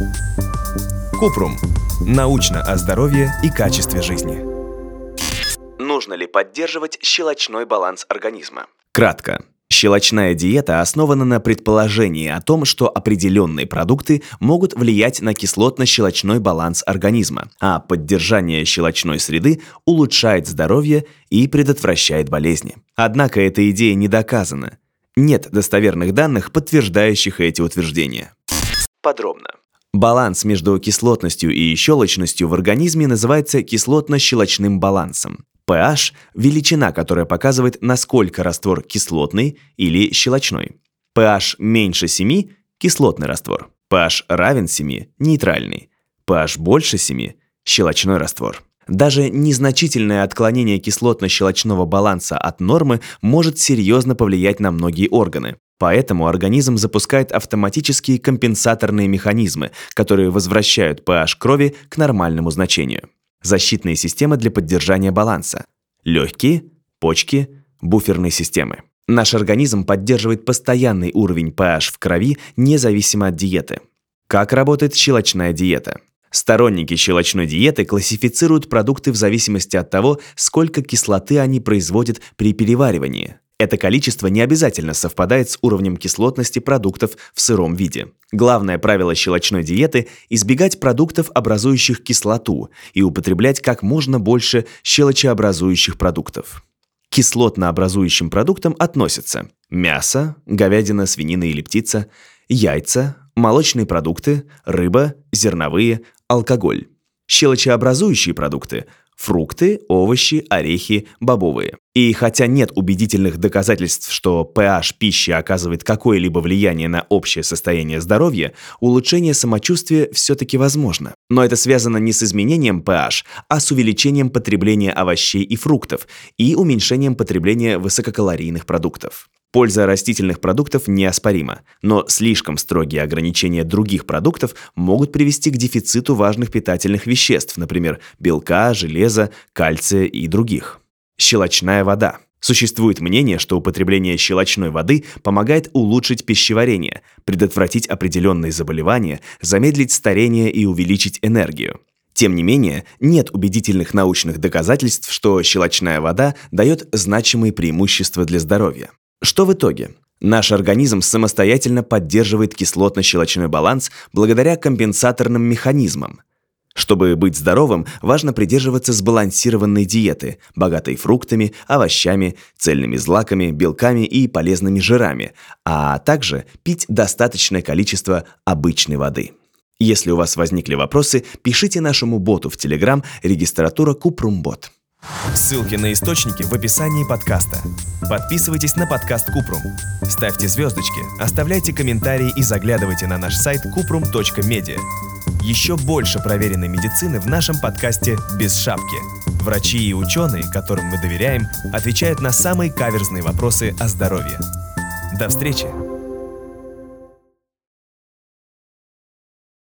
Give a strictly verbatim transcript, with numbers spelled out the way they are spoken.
Купрум. Научно о здоровье и качестве жизни. Нужно ли поддерживать щелочной баланс организма? Кратко. Щелочная диета основана на предположении о том, что определенные продукты могут влиять на кислотно-щелочной баланс организма, а поддержание щелочной среды улучшает здоровье и предотвращает болезни. Однако эта идея не доказана. Нет достоверных данных, подтверждающих эти утверждения. Подробно. Баланс между кислотностью и щелочностью в организме называется кислотно-щелочным балансом. pH – величина, которая показывает, насколько раствор кислотный или щелочной. pH меньше семи – кислотный раствор. pH равен семи – нейтральный. pH больше семи – щелочной раствор. Даже незначительное отклонение кислотно-щелочного баланса от нормы может серьезно повлиять на многие органы. Поэтому организм запускает автоматические компенсаторные механизмы, которые возвращают pH крови к нормальному значению. Защитные системы для поддержания баланса. Легкие, почки, буферные системы. Наш организм поддерживает постоянный уровень pH в крови независимо от диеты. Как работает щелочная диета? Сторонники щелочной диеты классифицируют продукты в зависимости от того, сколько кислоты они производят при переваривании. Это количество не обязательно совпадает с уровнем кислотности продуктов в сыром виде. Главное правило щелочной диеты – избегать продуктов, образующих кислоту, и употреблять как можно больше щелочеобразующих продуктов. К кислотнообразующим продуктам относятся мясо, говядина, свинина или птица, яйца, молочные продукты, рыба, зерновые, алкоголь. Щелочеобразующие продукты – фрукты, овощи, орехи, бобовые. И хотя нет убедительных доказательств, что pH пищи оказывает какое-либо влияние на общее состояние здоровья, улучшение самочувствия все-таки возможно. Но это связано не с изменением pH, а с увеличением потребления овощей и фруктов и уменьшением потребления высококалорийных продуктов. Польза растительных продуктов неоспорима, но слишком строгие ограничения других продуктов могут привести к дефициту важных питательных веществ, например, белка, железа, кальция и других. Щелочная вода. Существует мнение, что употребление щелочной воды помогает улучшить пищеварение, предотвратить определенные заболевания, замедлить старение и увеличить энергию. Тем не менее, нет убедительных научных доказательств, что щелочная вода дает значимые преимущества для здоровья. Что в итоге? Наш организм самостоятельно поддерживает кислотно-щелочной баланс благодаря компенсаторным механизмам. Чтобы быть здоровым, важно придерживаться сбалансированной диеты, богатой фруктами, овощами, цельными злаками, белками и полезными жирами, а также пить достаточное количество обычной воды. Если у вас возникли вопросы, пишите нашему боту в Telegram регистратура Купрумбот. Ссылки на источники в описании подкаста. Подписывайтесь на подкаст Купрум. Ставьте звездочки, оставляйте комментарии и заглядывайте на наш сайт купрум точка медиа. Еще больше проверенной медицины в нашем подкасте «Без шапки». Врачи и ученые, которым мы доверяем, отвечают на самые каверзные вопросы о здоровье. До встречи!